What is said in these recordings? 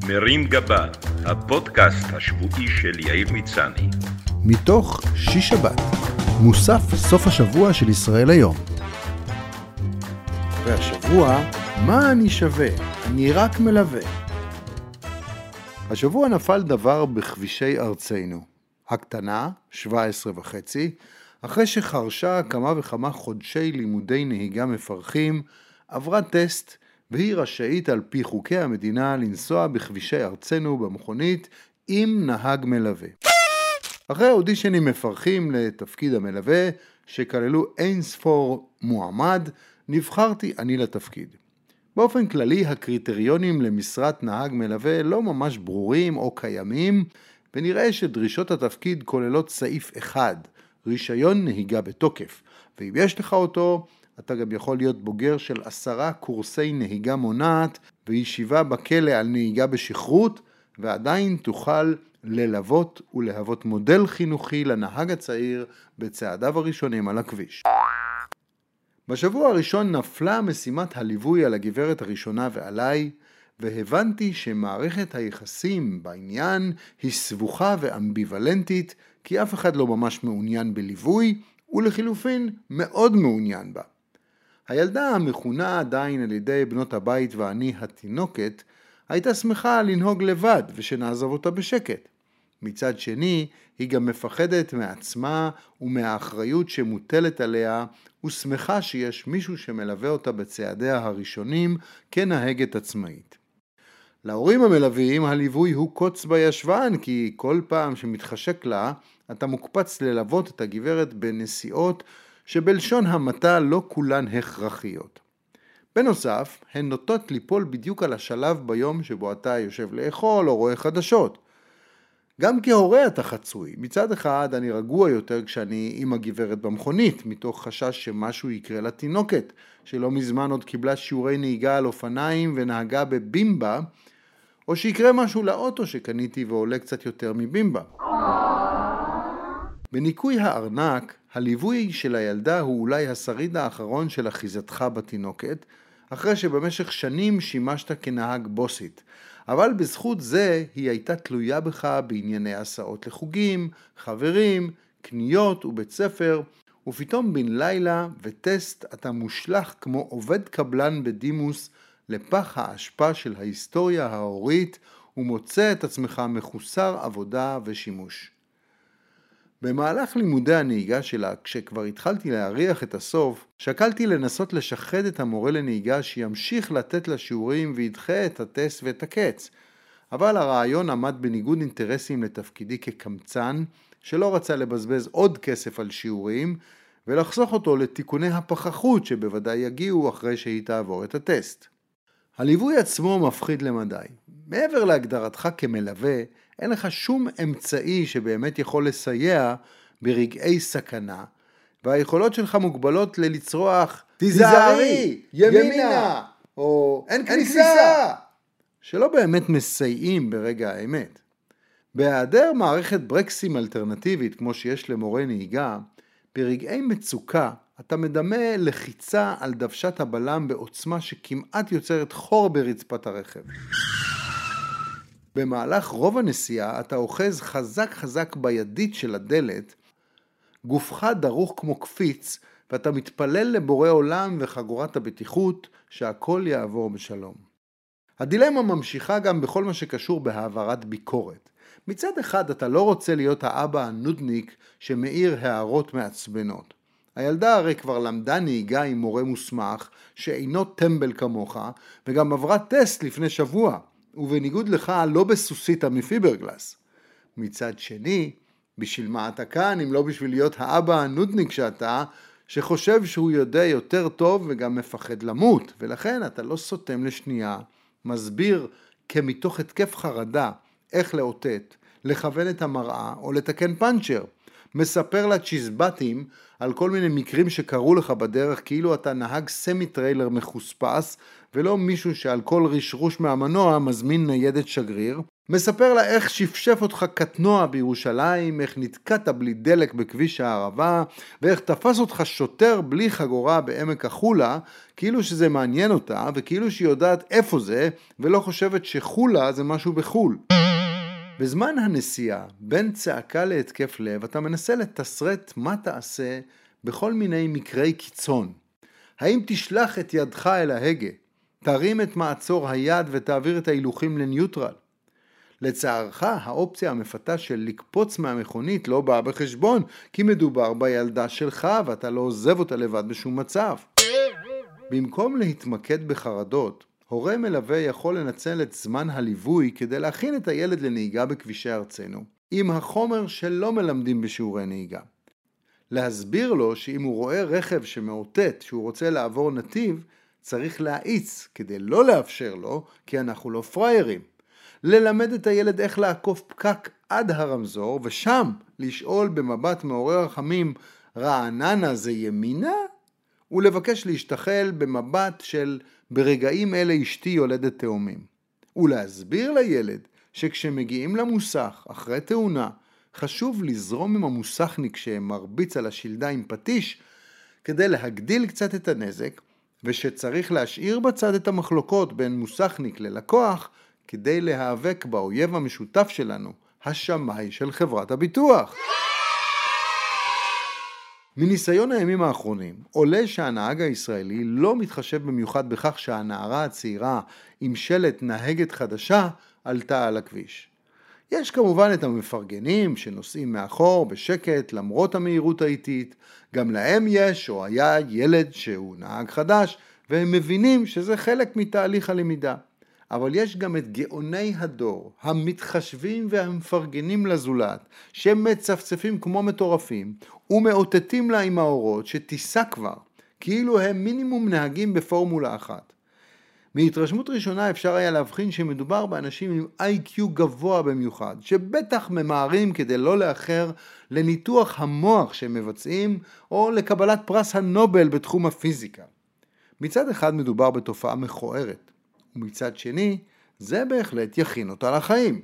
מרים גבה, הפודקאסט השבועי של יאיר מצני. מתוך שיש שבת, מוסף סוף השבוע של ישראל היום. והשבוע, מה אני שווה? אני רק מלווה. השבוע נפל דבר בכבישי ארצנו. הקטנה, 17.5, אחרי שחרשה כמה וכמה חודשי לימודי נהיגה מפרכים, עברה טסט והיא רשאית על פי חוקי המדינה לנסוע בכבישי ארצנו במכונית עם נהג מלווה. אחרי אודישנים מפרכים לתפקיד המלווה שכללו אין ספור מועמד, נבחרתי אני לתפקיד. באופן כללי הקריטריונים למשרת נהג מלווה לא ממש ברורים או קיימים, ונראה שדרישות התפקיד כוללות סעיף אחד, רישיון נהיגה בתוקף, ואם יש לך אותו, אתה גם יכול להיות בוגר של 10 קורסי נהיגה מונעת וישיבה בכלא על נהיגה בשכרות, ועדיין תוכל ללוות ולהוות מודל חינוכי לנהג הצעיר בצעדיו הראשונים על הכביש. בשבוע הראשון נפלה משימת הליווי על הגברת הראשונה ועליי, והבנתי שמערכת היחסים בעניין היא סבוכה ואמביוולנטית, כי אף אחד לא ממש מעוניין בליווי, ולחילופין מאוד מעוניין בה. הילדה המכונה עדיין על ידי בנות הבית ואני התינוקת, הייתה שמחה לנהוג לבד ושנעזוב אותה בשקט. מצד שני, היא גם מפחדת מעצמה ומהאחריות שמוטלת עליה, ושמחה שיש מישהו שמלווה אותה בצעדיה הראשונים כנהגת עצמאית. להורים המלווים הליווי הוא קוץ בישבן, כי כל פעם שמתחשק לה, אתה מוקפץ ללוות את הגברת בנסיעות שבלשון המעטה לא כולן הכרחיות. בנוסף, הן נוטות ליפול בדיוק על השלב ביום שבו אתה יושב לאכול או רואה חדשות. גם כהורה אתה חצוי. מצד אחד אני רגוע יותר כשאני עם הגברת במכונית, מתוך חשש שמשהו יקרה לתינוקת, שלא מזמן עוד קיבלה שיעורי נהיגה על אופניים ונהגה בבימבה, או שיקרה משהו לאוטו שקניתי ועולה קצת יותר מבימבה. בניקוי הארנק, הליווי של הילדה הוא אולי השריד האחרון של אחיזתך בתינוקת, אחרי שבמשך שנים שימשת כנהג בוסית. אבל בזכות זה היא הייתה תלויה בך בענייני הסעות לחוגים, חברים, קניות ובית ספר, ופתאום בן לילה וטסט אתה מושלח כמו עובד קבלן בדימוס לפח האשפה של ההיסטוריה ההורית, ומוצא את עצמך מחוסר עבודה ושימוש. במהלך לימודי הנהיגה שלה, כשכבר התחלתי להריח את הסוף, שקלתי לנסות לשחד את המורה לנהיגה שימשיך לתת לה שיעורים וידחה את הטסט ואת הקץ. אבל הרעיון עמד בניגוד אינטרסים לתפקידי כקמצן, שלא רצה לבזבז עוד כסף על שיעורים, ולחסוך אותו לתיקוני הפחחות שבוודאי יגיעו אחרי שהיא תעבור את הטסט. הליווי עצמו מפחיד למדי. מעבר להגדרתך כמלווה, אין לך שום אמצעי שבאמת יכול לסייע ברגעי סכנה, והיכולות שלך מוגבלות ללצרוח תיזהרי, ימינה, או אין כניסה, שלא באמת מסייעים ברגע האמת. בהיעדר מערכת ברקסים אלטרנטיבית כמו שיש למורה נהיגה, ברגעי מצוקה אתה מדמה לחיצה על דוושת הבלם בעוצמה שכמעט יוצרת חור ברצפת הרכב. במהלך רוב הנסיעה אתה אוחז חזק בידית של הדלת, גופך דרוך כמו קפיץ, ואתה מתפלל לבורא עולם וחגורת הבטיחות שהכל יעבור בשלום. הדילמה ממשיכה גם בכל מה שקשור בהעברת ביקורת. מצד אחד אתה לא רוצה להיות האבא הנודניק שמאיר הערות מעצבנות. הילדה הרי כבר למדה נהיגה עם מורה מוסמך שאינו טמבל כמוך, וגם עברה טסט לפני שבוע. ובניגוד לך לא בסוסיתא מפיברגלס. מצד שני, בשביל מה אתה כאן אם לא בשביל להיות האבא הנודניק שאתה, שחושב שהוא יודע יותר טוב וגם מפחד למות, ולכן אתה לא סותם לשנייה, מסביר כמתוך התקף חרדה איך לאותת, לכוון את המראה או לתקן פנצ'ר. מספר לצ'יזבטים על כל מיני מקרים שקרו לך בדרך, כאילו אתה נהג סמי טריילר מחוספס, ולא מישהו שעל כל רשרוש מהמנוע מזמין ניידת שגריר. מספר לה איך שפשף אותך קטנוע בירושלים, איך נתקעת בלי דלק בכביש הערבה, ואיך תפס אותך שוטר בלי חגורה בעמק החולה, כאילו שזה מעניין אותה, וכאילו שהיא יודעת איפה זה, ולא חושבת שחולה זה משהו בחול. בזמן הנסיעה, בין צעקה להתקף לב, אתה מנסה לתסרט מה תעשה בכל מיני מקרי קיצון. האם תשלח את ידך אל ההגה, תרים את מעצור היד ותעביר את ההילוכים לניוטרל? לצערך, האופציה המפתה של לקפוץ מהמכונית לא באה בחשבון, כי מדובר בילדה שלך ואתה לא עוזב אותה לבד בשום מצב. במקום להתמקד בחרדות, הורה מלווה יכול לנצל את זמן הליווי כדי להכין את הילד לנהיגה בכבישי ארצנו, עם החומר שלא מלמדים בשיעורי נהיגה. להסביר לו שאם הוא רואה רכב שמאותת שהוא רוצה לעבור נתיב, צריך להאיץ כדי לא לאפשר לו, כי אנחנו לא פריירים. ללמד את הילד איך לעקוף פקק עד הרמזור, ושם לשאול במבט מעורר רחמים, רעננה זה ימינה? ולבקש להשתחל במבט של ברגעים אלה אשתי יולדת תאומים. ולהסביר לילד שכשמגיעים למוסך אחרי תאונה, חשוב לזרום עם המוסכניק שמרביץ על השלדה עם פטיש, כדי להגדיל קצת את הנזק, ושצריך להשאיר בצד את המחלוקות בין מוסכניק ללקוח, כדי להיאבק באויב המשותף שלנו, השמאי של חברת הביטוח. מניסיון הימים האחרונים, עולה שהנהג הישראלי לא מתחשב במיוחד בכך שהנערה הצעירה עם שלט נהגת חדשה עלתה על הכביש. יש כמובן את המפרגנים שנוסעים מאחור בשקט למרות המהירות האיטית, גם להם יש או היה ילד שהוא נהג חדש, והם מבינים שזה חלק מתהליך הלמידה. אבל יש גם את גאוני הדור, המתחשבים והמפרגנים לזולת, שמצפצפים כמו מטורפים, ומאותתים לה עם האורות שתיסע כבר, כאילו הם מינימום נהגים בפורמולה אחת. מהתרשמות ראשונה אפשר היה להבחין שמדובר באנשים עם IQ גבוה במיוחד, שבטח ממהרים כדי לא לאחר לניתוח המוח שהם מבצעים, או לקבלת פרס הנובל בתחום הפיזיקה. מצד אחד מדובר בתופעה מכוערת, ומצד שני, זה בהחלט יכין אותה לחיים.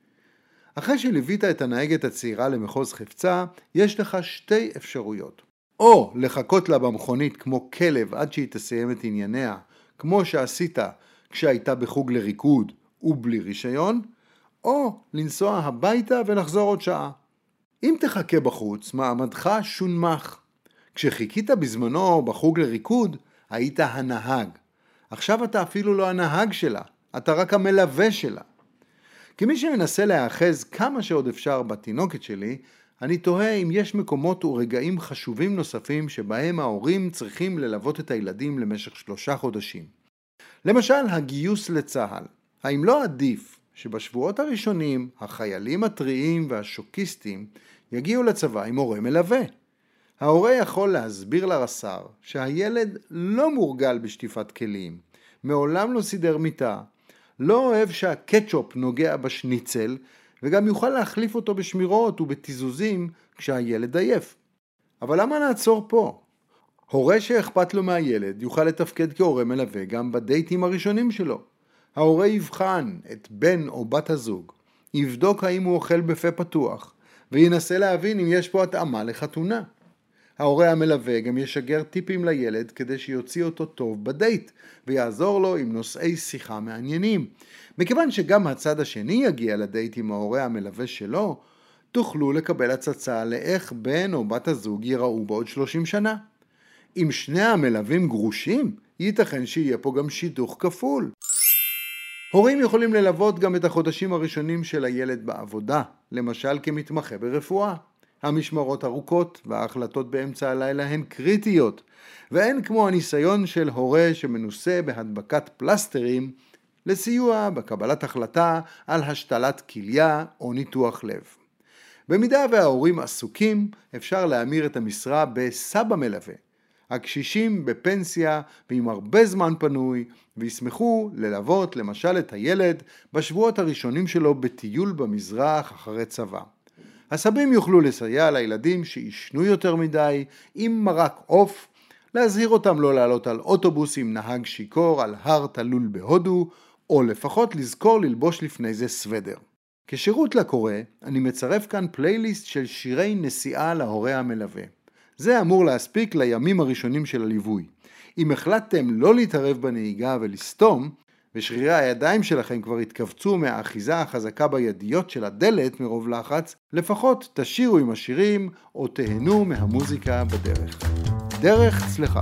אחרי שליווית את הנהגת הצעירה למחוז חפצה, יש לך שתי אפשרויות. או לחכות לה במכונית כמו כלב עד שהיא תסיים את ענייניה, כמו שעשית כשהייתה בחוג לריקוד ובלי רישיון, או לנסוע הביתה ולחזור עוד שעה. אם תחכה בחוץ, מעמדך שונמך. כשחיכית בזמנו בחוג לריקוד, היית הנהג. עכשיו אתה אפילו לא הנהג שלה, אתה רק המלווה שלה. כמי שמנסה להאחז כמה שעוד אפשר בתינוקת שלי, אני תוהה אם יש מקומות ורגעים חשובים נוספים שבהם ההורים צריכים ללוות את הילדים למשך 3 חודשים. למשל, הגיוס לצהל. האם לא עדיף שבשבועות הראשונים החיילים הטריים והשוקיסטים יגיעו לצבא עם הורה מלווה? ההורה יכול להסביר לרס"ר שהילד לא מורגל בשטיפת כלים, מעולם לא סידר מיטה, לא אוהב שהקטשופ נוגע בשניצל, וגם יוכל להחליף אותו בשמירות ובתיזוזים כשהילד עייף. אבל למה נעצור פה? הורה שאכפת לו מהילד יוכל לתפקד כהורה מלווה גם בדייטים הראשונים שלו. ההורה יבחן את בן או בת הזוג, יבדוק האם הוא אוכל בפה פתוח, וינסה להבין אם יש פה התאמה לחתונה. ההורה המלווה גם ישגר טיפים לילד כדי שיוציא אותו טוב בדייט, ויעזור לו עם נושאי שיחה מעניינים. מכיוון שגם הצד השני יגיע לדייט עם ההורה המלווה שלו, תוכלו לקבל הצצה לאיך בן או בת הזוג ייראו בעוד 30 שנה. אם שני המלווים גרושים, ייתכן שיהיה פה גם שידוך כפול. הורים יכולים ללוות גם את החודשים הראשונים של הילד בעבודה, למשל כמתמחה ברפואה. המשמרות ארוכות וההחלטות באמצע הלילה הן קריטיות, ואין כמו הניסיון של הורה שמנוסה בהדבקת פלסטרים לסיוע בקבלת החלטה על השתלת כליה או ניתוח לב. במידה וההורים עסוקים, אפשר להמיר את המשרה בסבא מלווה. הקשישים בפנסיה ועם הרבה זמן פנוי, וישמחו ללוות למשל את הילד בשבועות הראשונים שלו בטיול במזרח אחרי צבא. הסבים יוכלו לסייע לילדים שישנו יותר מדי עם מרק עוף, להזהיר אותם לא לעלות על אוטובוס עם נהג שיקור על הר תלול בהודו, או לפחות לזכור ללבוש לפני זה סוודר. כשירות לקורא, אני מצרף כאן פלייליסט של שירי נסיעה להורה המלווה. זה אמור להספיק לימים הראשונים של הליווי. אם החלטתם לא להתערב בנהיגה ולסתום, ושרירי הידיים שלכם כבר התכווצו מהאחיזה החזקה בידיות של הדלת מרוב לחץ, לפחות תשירו עם השירים או תהנו מהמוזיקה בדרך. דרך צלחה.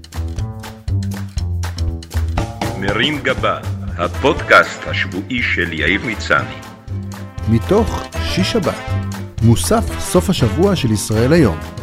מרים גבה, הפודקאסט השבועי של יאיר מצני. מתוך שיש שבת, מוסף סוף השבוע של ישראל היום.